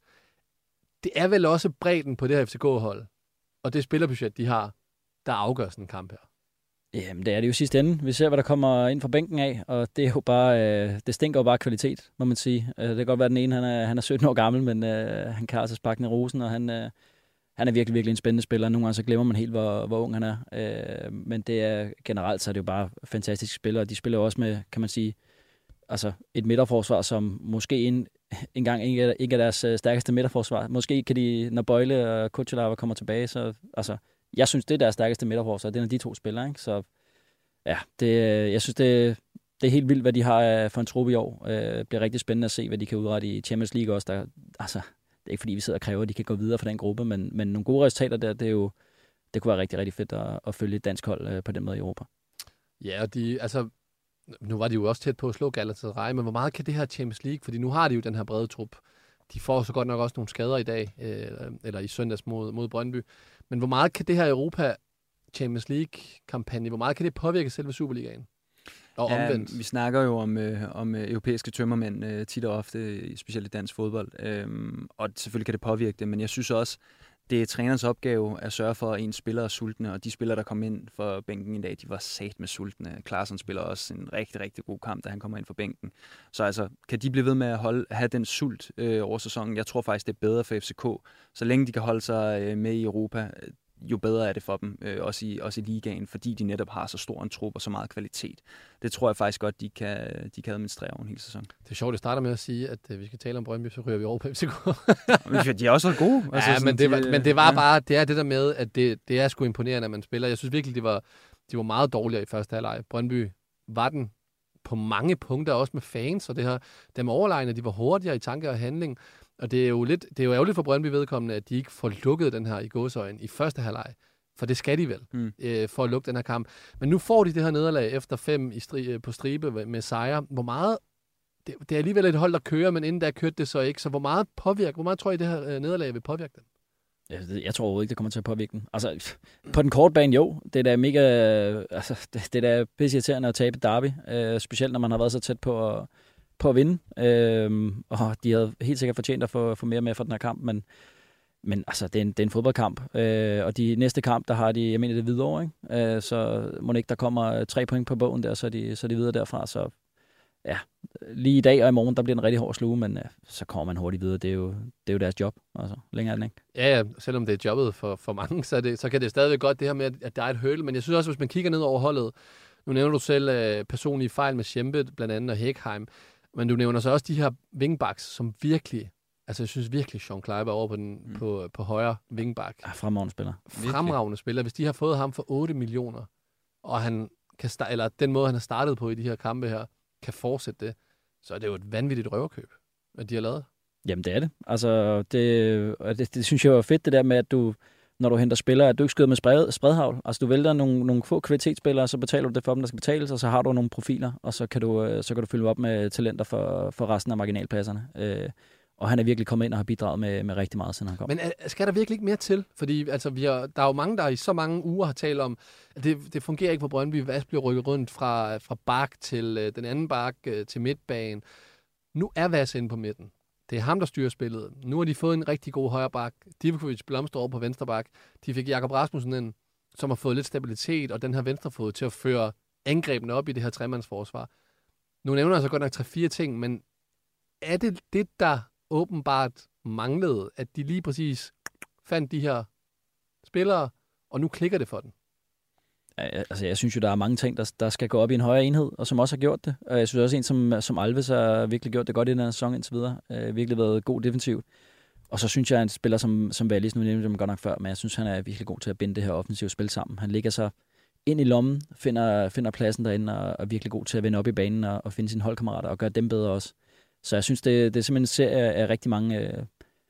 det er vel også bredden på det her FCK-hold, og det spillerbudget, de har, der afgør sådan en kamp her. Jamen, det er det jo sidste ende. Vi ser, hvad der kommer ind fra bænken af, og det er jo bare, det stinker jo bare kvalitet, må man sige. Det kan godt være, den ene, han er 17 år gammel, men han kan altså sparke den i rosen, og han er virkelig, virkelig en spændende spiller. Nogle gange så glemmer man helt, hvor ung han er. Men det er generelt, så er det jo bare fantastiske spillere. De spiller jo også med, kan man sige, altså et midterforsvar, som måske engang ikke er deres stærkeste midterforsvar. Måske kan de, når Bøjle og Kuchelava kommer tilbage, så altså, jeg synes, det er deres stærkeste midterforsvar. Det er de to spillere, ikke? Så ja, jeg synes, det er helt vildt, hvad de har for en truppe i år. Det bliver rigtig spændende at se, hvad de kan udrette i Champions League også. Det er ikke fordi, vi sidder og kræver, at de kan gå videre for den gruppe, men nogle gode resultater der, det kunne være rigtig, rigtig fedt at følge et dansk hold på den måde i Europa. Ja, og nu var de jo også tæt på at slå Galatasaray, men hvor meget kan det her Champions League? Fordi nu har de jo den her brede trup. De får så godt nok også nogle skader i dag, eller i søndags mod Brøndby. Men hvor meget kan det her Europa Champions League-kampagne, hvor meget kan det påvirke selve Superligaen? Og omvendt? Vi snakker jo om europæiske tømmermænd tit og ofte, specielt i dansk fodbold. Og selvfølgelig kan det påvirke det, men jeg synes også, det er trænerens opgave at sørge for, at ens spillere er sultne, og de spillere, der kom ind for bænken i dag, de var sat med sultne. Klaarsson spiller også en rigtig, rigtig god kamp, da han kommer ind for bænken. Så altså, kan de blive ved med at have den sult over sæsonen? Jeg tror faktisk, det er bedre for FCK. Så længe de kan holde sig med i Europa, jo bedre er det for dem, også i ligaen, fordi de netop har så stor en trup og så meget kvalitet. Det tror jeg faktisk godt, de kan administrere over en hel sæson. Det er sjovt, det starter med at sige, at vi skal tale om Brøndby, så ryger vi over på FCK. De er også gode. Altså, ja, men det var bare, det er det der med, at det er sgu imponerende, at man spiller. Jeg synes virkelig, de var meget dårligere i første halvleg. Brøndby var den på mange punkter, også med fans, og det her, dem overlegne, de var hurtigere i tanke og handling. Og det er jo ærgerligt for Brøndby vedkommende, at de ikke får lukket den her i gåseøjne i første halvleg. For det skal de vel, for at lukke den her kamp. Men nu får de det her nederlag efter 5 på stribe med sejre. Hvor meget, det er alligevel et hold, der kører, men inden der kørte det så ikke. Så hvor meget tror I, det her nederlag vil påvirke dem? Jeg tror overhovedet ikke, det kommer til at påvirke den. Altså, på den korte bane, jo. Det er da mega... Altså, det er da pisseirriterende at tabe derby. Specielt, når man har været så tæt på at vinde. Og de havde helt sikkert fortjent at få mere med for den her kamp, men altså, det er en fodboldkamp. Og de næste kamp, der har de, jeg mener, det er Hvidovre, ikke? Så må det ikke, der kommer 3 point på bogen der, så er de videre derfra. Så ja, lige i dag og i morgen, der bliver en rigtig hård sluge, men så kommer man hurtigt videre. Det er jo deres job. Altså, længere er den ikke. Ja, selvom det er jobbet for mange, så kan det stadigvæk godt det her med, at der er et høl. Men jeg synes også, hvis man kigger ned over holdet, nu nævner du selv personlige fejl med Schempe, blandt andet, og Hækheim, men du nævner så også de her wingbacks, som virkelig, altså jeg synes virkelig, Sean Kleiber over på højre wingback. Ja, fremragende spiller. Fremragende spiller. Hvis de har fået ham for 8 millioner, og han kan eller den måde, han har startet på i de her kampe her, kan fortsætte det, så er det jo et vanvittigt røverkøb, at de har lavet. Jamen det er det. Altså det synes jeg var fedt, det der med, at du, når du henter spillere, at du ikke skyder med spredhavl. Altså du vælger nogle få kvalitetsspillere, så betaler du det for dem, der skal betales, og så har du nogle profiler, og så kan du fylde op med talenter for resten af marginalpladserne. Og han er virkelig kommet ind og har bidraget med rigtig meget, siden han kom. Men skal der virkelig ikke mere til? Fordi altså, der er jo mange, der i så mange uger har talt om, at det fungerer ikke på Brøndby. Hvad bliver rykket rundt fra bak til den anden bak til midtbanen. Nu er Vas inde på midten. Det er ham, der styrer spillet. Nu har de fået en rigtig god højre bak. Divokovic blomstrer over på venstre bak. De fik Jakob Rasmussen ind, som har fået lidt stabilitet, og den her venstre fod til at føre angrebene op i det her tremandsforsvar. Nu nævner jeg så godt nok 3-4 ting, men er det, der åbenbart manglede, at de lige præcis fandt de her spillere, og nu klikker det for den? Altså, jeg synes jo, der er mange ting, der skal gå op i en højere enhed, og som også har gjort det. Og jeg synes også, en som Alves har virkelig gjort det godt i den her sæson indtil videre. Virkelig været god defensivt. Og så synes jeg, at en spiller som Wallis, nu nævnte dem godt nok før, men jeg synes, han er virkelig god til at binde det her offensive spil sammen. Han ligger sig ind i lommen, finder pladsen derinde, og er virkelig god til at vende op i banen og finde sine holdkammerater og gøre dem bedre også. Så jeg synes, det er simpelthen en serie af rigtig mange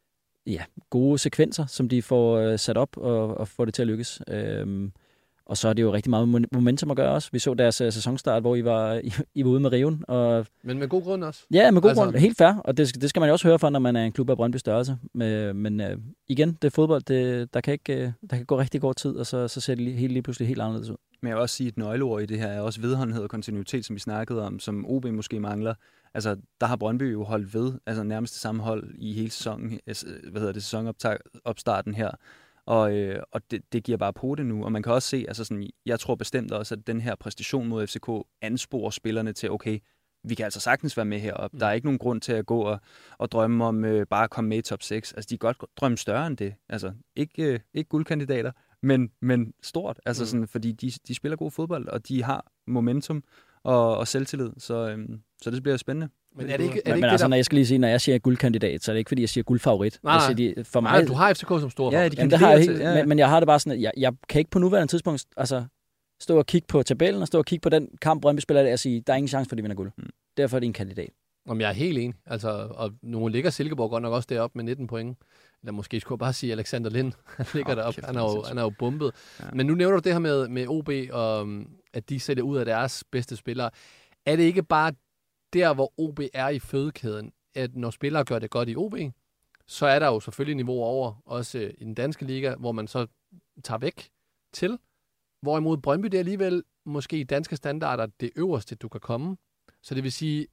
gode sekvenser, som de får sat op og får det til at lykkes. Og så er det jo rigtig meget momentum at gøre også. Vi så deres sæsonstart, hvor I var ude med riven. Men med god grund også. Ja, med god grund. Helt fair. Og det skal man jo også høre for, når man er en klub af Brøndby størrelse. Men igen, det er fodbold. Der kan gå rigtig god tid, og så ser det lige pludselig helt anderledes ud. Men jeg vil også sige, at et nøgleord i det her er også vedholdenhed og kontinuitet, som vi snakkede om, som OB måske mangler. Altså, der har Brøndby jo holdt ved, altså nærmest det samme hold i hele sæsonen, sæsonopstarten her. Og det giver bare på det nu. Og man kan også se, altså sådan, jeg tror bestemt også, at den her præstation mod FCK ansporer spillerne til, okay, vi kan altså sagtens være med heroppe. Der er ikke nogen grund til at gå og drømme om bare at komme med i top 6. Altså, de kan godt drømme større end det. Altså, ikke guldkandidater, men stort. Altså, sådan, fordi de spiller god fodbold, og de har momentum og selvtillid. Så det bliver spændende. Men er det ikke men altså, når jeg skal lige sige, når jeg siger guldkandidat, så er det ikke, fordi jeg siger guldfavorit. Nej. Jeg siger, for mig, du har FCK som stor favorit. Ja, det har jeg helt, men jeg har det bare sådan, at jeg kan ikke på nuværende tidspunkt stå og kigge på tabellen og stå og kigge på den kamp, Brøndby spiller der og sige, der er ingen chance for, at de vinder guld. Derfor er det en kandidat. Om jeg er helt enig. Altså, og nu ligger Silkeborg godt nok også deroppe med 19 point. Eller måske skulle jeg bare sige Alexander Lind. Han ligger deroppe. Han er jo bumpet. Ja. Men nu nævner du det her med OB, og at de sætter ud af deres bedste spillere. Er det ikke bare der, hvor OB er i fødekæden, at når spillere gør det godt i OB, så er der jo selvfølgelig niveauer over, også i den danske liga, hvor man så tager væk til. Hvorimod Brøndby, det er alligevel måske i danske standarder det øverste, du kan komme. Så det vil sige,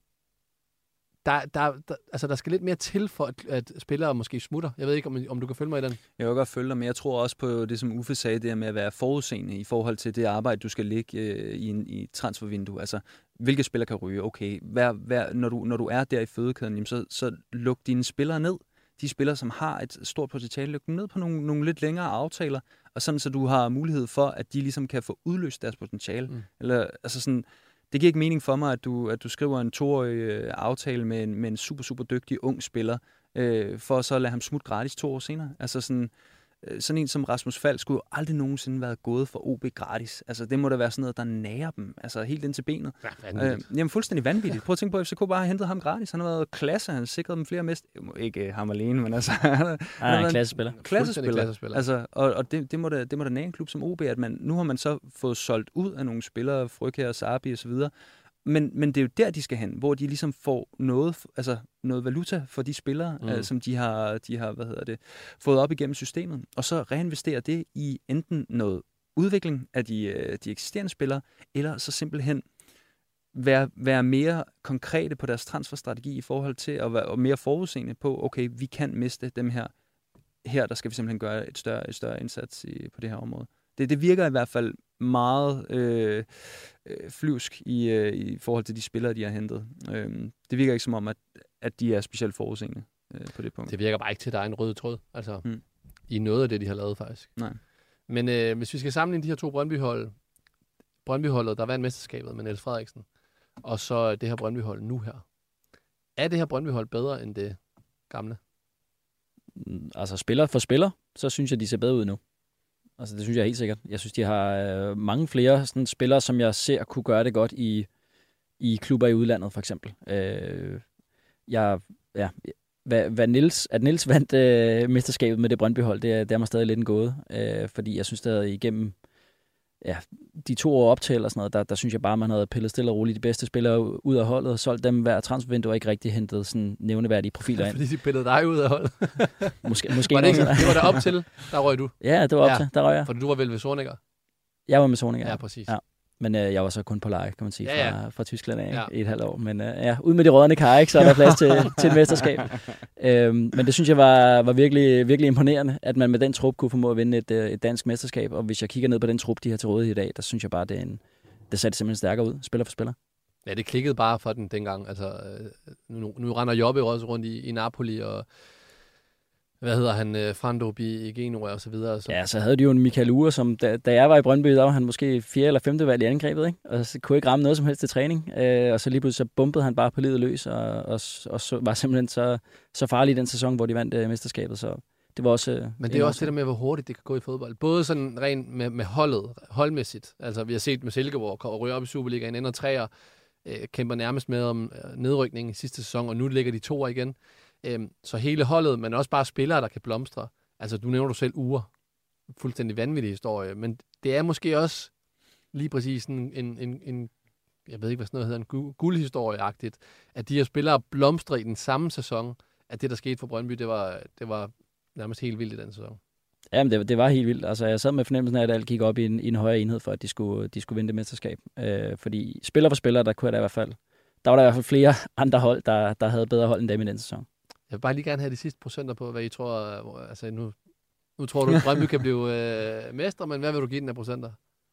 der skal lidt mere til for, at spillere måske smutter. Jeg ved ikke, om du kan følge mig i den. Jeg vil godt følge dig, men jeg tror også på det, som Uffe sagde, det her med at være forudseende i forhold til det arbejde, du skal lægge i transfervindue. Altså, hvilke spillere kan ryge? Okay, når du er der i fødekæden, jamen, så luk dine spillere ned. De spillere, som har et stort potentiale, luk dem ned på nogle lidt længere aftaler, og sådan, så du har mulighed for, at de ligesom kan få udløst deres potentiale. Eller, altså sådan, det giver ikke mening for mig, at du skriver en 2-årig aftale med en super, super dygtig ung spiller, for så at lade ham smutte gratis 2 år senere. Altså sådan en som Rasmus Falk skulle jo aldrig nogensinde været gået for OB gratis. Altså det må da være sådan noget, der nærer dem, altså helt ind til benet. Ja, jamen fuldstændig vanvittigt. Prøv at tænke på, at FCK bare har hentet ham gratis. Han har været klasse, han har sikret dem flere mest. Ikke ham alene, men altså... han er en klassespiller. Klassespiller. Altså, og det må da nære en klub som OB, at nu har man så fået solgt ud af nogle spillere, Frøkjær og Sarbi og så videre. Men det er jo der, de skal hen, hvor de ligesom får noget valuta for de spillere, som de har fået op igennem systemet, og så reinvestere det i enten noget udvikling af de eksisterende spillere, eller så simpelthen være mere konkrete på deres transferstrategi i forhold til at være mere forudseende på, okay, vi kan miste dem her. Her der skal vi simpelthen gøre et større indsats på det her område. Det virker i hvert fald meget flyvsk i forhold til de spillere, de har hentet. Det virker ikke som om, at de er specielt forudseende på det punkt. Det virker bare ikke til, at der er en rød tråd. Altså, i noget af det, de har lavet faktisk. Nej. Men hvis vi skal sammenligne de her to Brøndby-holdet, der vandt mesterskabet med Niels Frederiksen, og så det her Brøndby-hold nu her. Er det her Brøndby-hold bedre end det gamle? Altså spiller for spiller, så synes jeg, de ser bedre ud nu. Altså, det synes jeg helt sikkert. Jeg synes, de har mange flere sådan, spillere, som jeg ser kunne gøre det godt i klubber i udlandet, for eksempel. At Niels vandt mesterskabet med det Brøndby-hold, det er mig stadig lidt en gåde. Fordi jeg synes, det igennem de 2 år op til eller sådan noget, der synes jeg bare, man havde pillet stille og roligt de bedste spillere ud af holdet og solgt dem hver transfervindue og ikke rigtig hentet sådan nævneværdige profiler ind. Fordi de pillede dig ud af holdet. Måske var det, ikke, det var der op til, der røg du. Ja, det var op til, der røg jeg. For du var vel ved Zorniger? Jeg var med Zorniger. Ja, præcis. Ja. Men jeg var så kun på leje, kan man sige, fra Tyskland af i et halvt år. Men ud med de rådne kar, ikke, så er der plads til et mesterskab. Men det synes jeg var virkelig, virkelig imponerende, at man med den trup kunne formå at vinde et dansk mesterskab. Og hvis jeg kigger ned på den trup, de har til rådighed i dag, der synes jeg bare, det satte simpelthen stærkere ud, spiller for spiller. Ja, det klikkede bare for den dengang. Altså, nu render Jobbe også rundt i Napoli, og hvad hedder han, Frandrup i Genua og så videre. Ja, så havde de jo en Michael Ure, som da jeg var i Brøndby, der var han måske 4. eller 5. valg i angrebet, ikke? Og så kunne ikke ramme noget som helst til træning. Og så lige pludselig så bumpede han bare på livet løs, og så var simpelthen så farlig i den sæson, hvor de vandt mesterskabet. Så det var også... Men det er også det der med, hvor hurtigt det kan gå i fodbold. Både sådan rent med holdmæssigt. Altså, vi har set med Silkeborg og ryger op i Superligaen, ender 3'er, kæmper nærmest med om nedrykning i sidste sæson, og nu ligger de 2'er igen. Så hele holdet, men også bare spillere, der kan blomstre. Altså, du nævner du selv Ure. Fuldstændig vanvittig historie. Men det er måske også lige præcis en jeg ved ikke, hvad sådan noget hedder, en guldhistorie-agtigt, at de her spillere blomstrer i den samme sæson, at det, der skete for Brøndby, det var nærmest helt vildt i den sæson. Jamen, det var helt vildt. Altså, jeg sad med fornemmelsen af, at alt gik op i en højere enhed, for at de skulle vinde det mesterskab. Fordi spiller for spiller, der var der i hvert fald flere andre hold, der havde bedre hold end dem i den sæson. Jeg vil bare lige gerne have de sidste procenter på, hvad I tror. Altså, nu tror du, at Brøndby kan blive mester, men hvad vil du give den af procenter?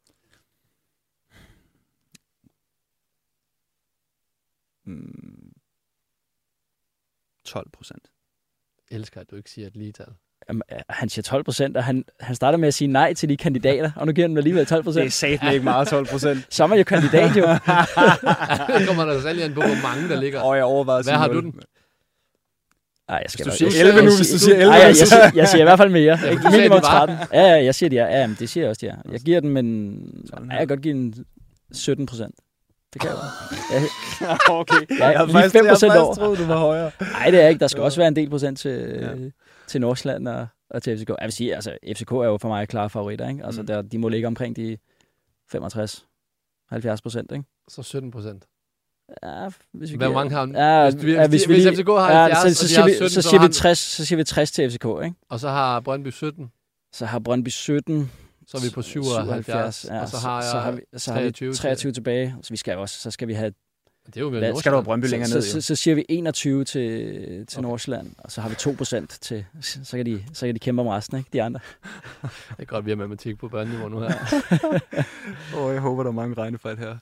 12%. Elsker, at du ikke siger et lige tal. Jamen, han siger 12%, og han starter med at sige nej til de kandidater, og nu giver han alligevel 12%. Det er satme ikke meget 12%. Så er man jo kandidat, jo. Det kommer der særlig an på, hvor mange der ligger. Jeg overvejer. Hvad har du den? Nej, jeg skal hvis du siger 11 nu, hvis du siger 11. Jeg siger i hvert fald mere. Minimum 13. Ja, jeg siger det, ja. Men det siger jeg også, ja. Jeg giver den, men jeg kan godt give den 17%. Det kan jeg jo. Okay. Ja, jeg havde faktisk troet, du var højere. Nej, det er ikke. Der skal også være en del procent til Nordsjælland og til FCK. Jeg vil sige, altså FCK er jo for mig klare favoritter, ikke? Altså de må ligge omkring de 65-70%, ikke? Så 17%. Ja, hvis vi Hvor mange har hvis FCK har 70, så siger vi 60 til FCK, ikke? Og så har Brøndby 17. Så har Brøndby 17. Så er vi på 77, ja, og så har jeg 23 tilbage. Så skal vi have... Det er jo skal der Brøndby længere ned, så siger vi 21 til Nordsjælland, og så har vi 2% til... Så kan de kæmpe om resten, ikke? De andre. Det er godt, vi har matematik på børneniveau nu her. Jeg håber, der er mange regnefejl her.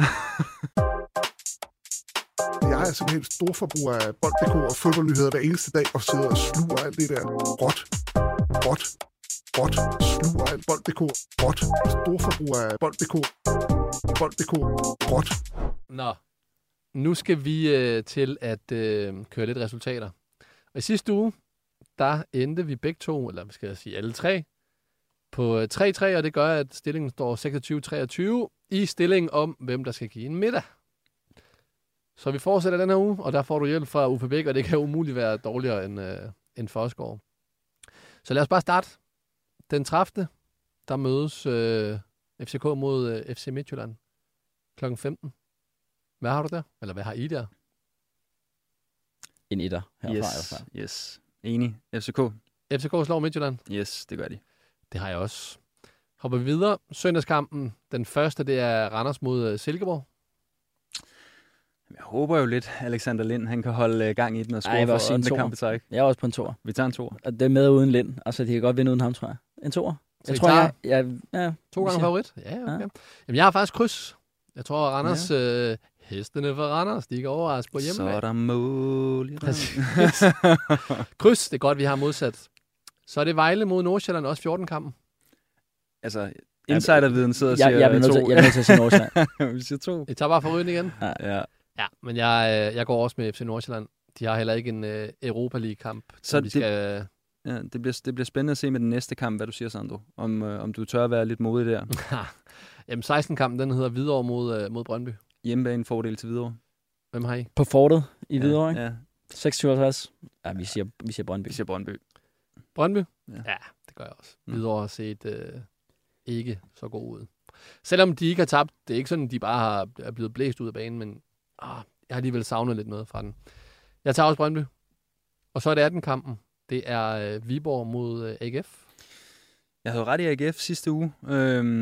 Jeg er simpelthen storforbruger af Bold.dk og fodboldnyheder hver eneste dag, og sidder og sluger alt det der råt, sluger alt Bold.dk, råt, storforbruger af Bold.dk, råt. Nå, nu skal vi til at køre lidt resultater. Og i sidste uge, der endte vi begge to, eller skal jeg sige alle tre, på 3-3, og det gør, at stillingen står 26-23 i stillingen om, hvem der skal give en middag. Så vi fortsætter den her uge, og der får du hjælp fra Uffe Bæk, og det kan umuligt være dårligere end Forsgaard. Så lad os bare starte. Den 30. der mødes FCK mod FC Midtjylland kl. 15. Hvad har du der? Eller hvad har I der? En etter herfra. Yes. Enig. FCK. FCK slår Midtjylland? Yes, det gør de. Det har jeg også. Hopper vi videre. Søndagskampen. Den første, det er Randers mod Silkeborg. Jeg håber jo lidt, Alexander Lind, han kan holde gang i den og score for 8. kamp i træk. Jeg er også på en 2'er. Vi tager en 2'er. Og det er med uden Lind. Altså, de kan godt vinde uden ham, tror jeg. En 2'er. Jeg tror, jeg 2 gange favorit? Ja, okay. Ja. Jamen, jeg har faktisk kryds. Jeg tror, at Randers, hestene for Randers, de kan overraske på hjemme. Så er der mål. Kryds, det er godt, vi har modsat. Så er det Vejle mod Nordsjælland, også 14-kampen. Altså, insiderviden sidder og siger 2. Jeg bliver nødt til at sige Nordsjælland. Vi siger 2. I tager bare favoritten igen? Ja, men jeg går også med FC Nordsjælland. De har heller ikke en Europa League-kamp. Så vi skal... Ja, det bliver spændende at se med den næste kamp, hvad du siger, Sandro. Om du tør at være lidt modig der. Jamen, 16-kampen, den hedder Hvidovre mod Brøndby. Hjemmebane fordel til Hvidovre. Hvem har I? På fortet i Hvidovre, ikke? Ja. 56. Ja, vi siger Brøndby. Vi siger Brøndby. Brøndby? Ja, det gør jeg også. Hvidovre har set ikke så god ud. Selvom de ikke har tabt, det er ikke sådan, de bare er blevet blæst ud af banen, men jeg har alligevel savnet lidt noget fra den. Jeg tager også Brøndby. Og så er det 18-kampen. Det er Viborg mod AGF. Jeg havde ret i AGF sidste uge.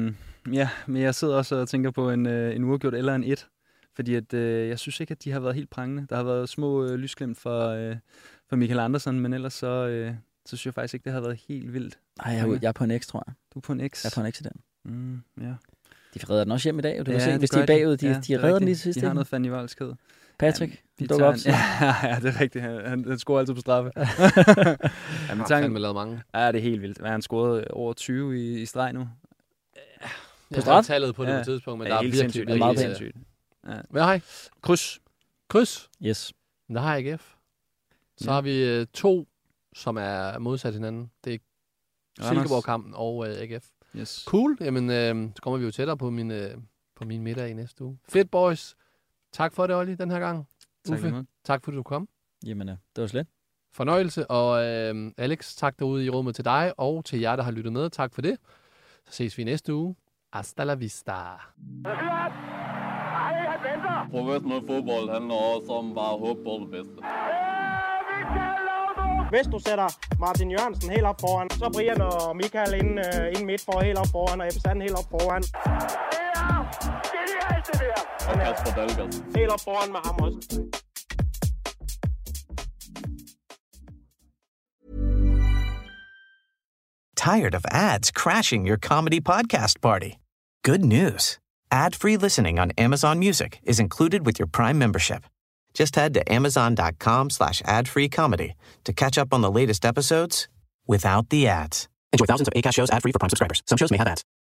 Ja, men jeg sidder også og tænker på en uafgjort eller en 1. Fordi at, jeg synes ikke, at de har været helt prangende. Der har været små lysglimt for Michael Andersen, men ellers så synes jeg faktisk ikke, det har været helt vildt. Nej, jeg er på en X, tror jeg. Du er på en X? Jeg er på en X i den. Ja. De redder den også hjem i dag, og du ja, kan se, hvis de er bagud, de redder den lige til sidst. De har noget fandme i valgsked. Patrick, de dukker op. Ja, det er rigtigt. Han scorer altid på straffe. Han har fandme lavet mange. Ja, det er helt vildt. Han scorede over 20 i streg nu. På straf? Jeg har tallet på det på et tidspunkt, men der er virkelig sindssygt. Det er meget sindssygt. Ja. Hvad har I? Kryds? Yes. Der har jeg AGF. Så har vi 2, som er modsat hinanden. Det er Silkeborg-kampen og AGF. Yes. Cool. Jamen, så kommer vi jo tættere på min middag i næste uge. Fedt, boys. Tak for det, Olli, den her gang. Uffe, tak fordi du kom. Jamen, det var slet. Fornøjelse. Og Alex, tak derude i rummet til dig, og til jer, der har lyttet med. Tak for det. Så ses vi næste uge. Hasta la vista. Professionel fodbold handler også om bare at håbe på det bedste. Hvis du sætter Martin Jørgensen helt op foran, så Brian og Michael ind midt for helt op foran, og Ebbe Sand helt op foran. Det er genialt, det der! Og Kasper Dahlgaard. Helt op foran med ham også. Tired of ads crashing your comedy podcast party? Good news. Ad-free listening on Amazon Music is included with your Prime membership. Just head to amazon.com/ad-free comedy to catch up on the latest episodes without the ads. Enjoy thousands of Acast shows ad-free for Prime subscribers. Some shows may have ads.